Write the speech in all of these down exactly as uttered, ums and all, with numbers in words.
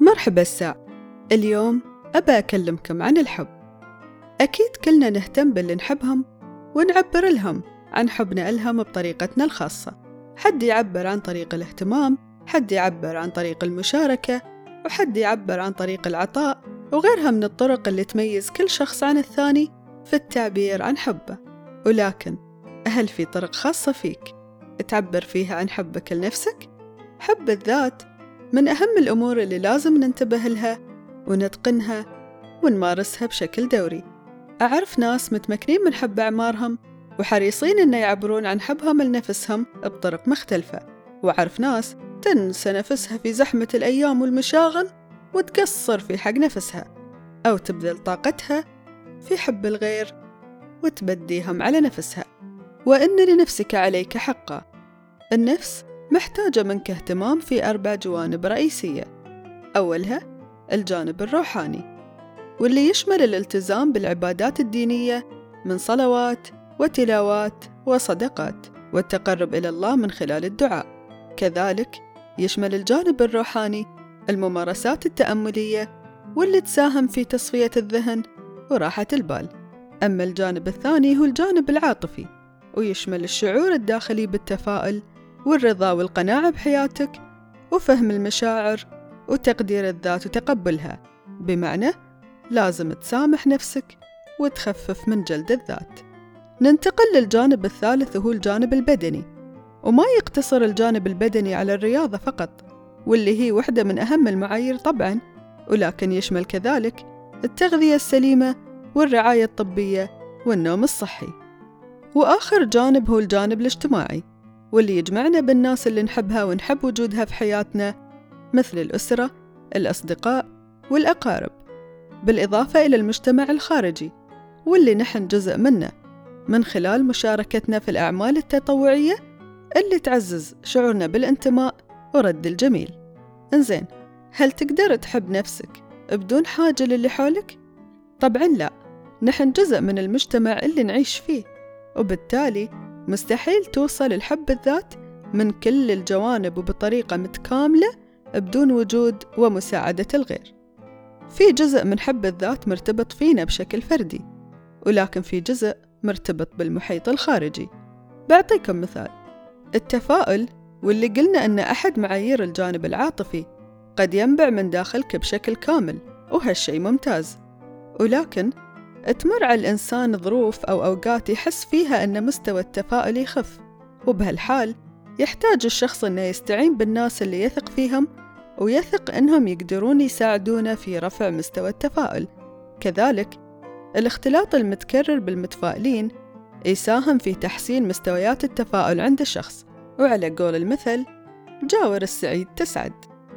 مرحبا الساع. اليوم أبى أكلمكم عن الحب. أكيد كلنا نهتم باللي نحبهم ونعبر لهم عن حبنا لهم بطريقتنا الخاصة. حد يعبر عن طريق الاهتمام، حد يعبر عن طريق المشاركة، وحد يعبر عن طريق العطاء، وغيرها من الطرق اللي تميز كل شخص عن الثاني في التعبير عن حبه. ولكن هل في طرق خاصة فيك تعبر فيها عن حبك لنفسك؟ حب الذات من أهم الأمور اللي لازم ننتبه لها ونتقنها ونمارسها بشكل دوري. أعرف ناس متمكنين من حب أعمارهم وحريصين إن يعبرون عن حبهم لنفسهم بطرق مختلفة، وأعرف ناس تنسى نفسها في زحمة الأيام والمشاغل وتقصر في حق نفسها، أو تبذل طاقتها في حب الغير وتبديهم على نفسها. وإن لنفسك عليك حقا. النفس محتاجة منك اهتمام في أربع جوانب رئيسية. أولها الجانب الروحاني، واللي يشمل الالتزام بالعبادات الدينية من صلوات وتلاوات وصدقات والتقرب إلى الله من خلال الدعاء. كذلك يشمل الجانب الروحاني الممارسات التأملية واللي تساهم في تصفية الذهن وراحة البال. أما الجانب الثاني هو الجانب العاطفي، ويشمل الشعور الداخلي بالتفاؤل والرضا والقناعة بحياتك وفهم المشاعر وتقدير الذات وتقبلها، بمعنى لازم تسامح نفسك وتخفف من جلد الذات. ننتقل للجانب الثالث وهو الجانب البدني، وما يقتصر الجانب البدني على الرياضة فقط، واللي هي واحدة من أهم المعايير طبعاً، ولكن يشمل كذلك التغذية السليمة والرعاية الطبية والنوم الصحي. وآخر جانب هو الجانب الاجتماعي، واللي يجمعنا بالناس اللي نحبها ونحب وجودها في حياتنا، مثل الأسرة، الأصدقاء والأقارب، بالإضافة إلى المجتمع الخارجي واللي نحن جزء منه من خلال مشاركتنا في الأعمال التطوعية اللي تعزز شعورنا بالانتماء ورد الجميل. إنزين، هل تقدر تحب نفسك بدون حاجة للي حولك؟ طبعاً لا، نحن جزء من المجتمع اللي نعيش فيه، وبالتالي مستحيل توصل الحب الذات من كل الجوانب وبطريقة متكاملة بدون وجود ومساعدة الغير. في جزء من حب الذات مرتبط فينا بشكل فردي، ولكن في جزء مرتبط بالمحيط الخارجي. بعطيكم مثال، التفاؤل، واللي قلنا أن أحد معايير الجانب العاطفي، قد ينبع من داخلك بشكل كامل، وهالشي ممتاز. ولكن تمر على الإنسان ظروف أو أوقات يحس فيها أن مستوى التفاؤل يخف، وبهالحال يحتاج الشخص أنه يستعين بالناس اللي يثق فيهم ويثق أنهم يقدرون يساعدونه في رفع مستوى التفاؤل. كذلك الاختلاط المتكرر بالمتفائلين يساهم في تحسين مستويات التفاؤل عند الشخص، وعلى قول المثل جاور السعيد تسعد.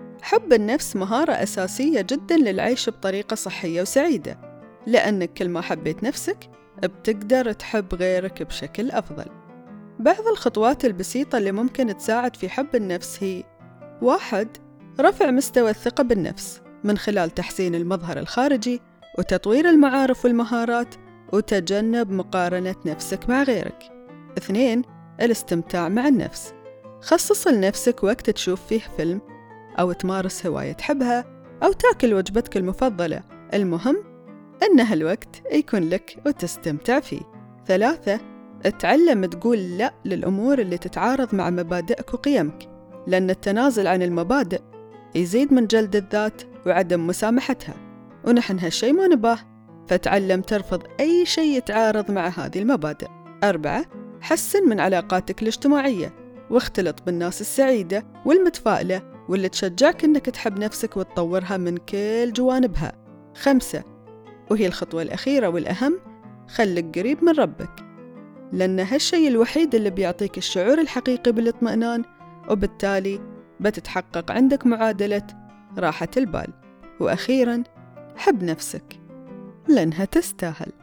حب النفس مهارة أساسية جدا للعيش بطريقة صحية وسعيدة، لأنك كل ما حبيت نفسك بتقدر تحب غيرك بشكل أفضل. بعض الخطوات البسيطة اللي ممكن تساعد في حب النفس هي: واحد، رفع مستوى الثقة بالنفس من خلال تحسين المظهر الخارجي وتطوير المعارف والمهارات وتجنب مقارنة نفسك مع غيرك. اثنين، الاستمتاع مع النفس، خصص لنفسك وقت تشوف فيه فيلم أو تمارس هواية تحبها أو تاكل وجبتك المفضلة، المهم أن هالوقت يكون لك وتستمتع فيه. ثلاثة، اتعلم تقول لا للأمور اللي تتعارض مع مبادئك وقيمك، لأن التنازل عن المبادئ يزيد من جلد الذات وعدم مسامحتها، ونحن هالشي ما نباه، فتعلم ترفض أي شيء يتعارض مع هذه المبادئ. أربعة، حسن من علاقاتك الاجتماعية واختلط بالناس السعيدة والمتفائلة واللي تشجعك أنك تحب نفسك وتطورها من كل جوانبها. خمسة، وهي الخطوة الأخيرة والأهم، خلك قريب من ربك، لأن هالشيء الوحيد اللي بيعطيك الشعور الحقيقي بالاطمئنان، وبالتالي بتتحقق عندك معادلة راحة البال. وأخيراً، حب نفسك لأنها تستاهل.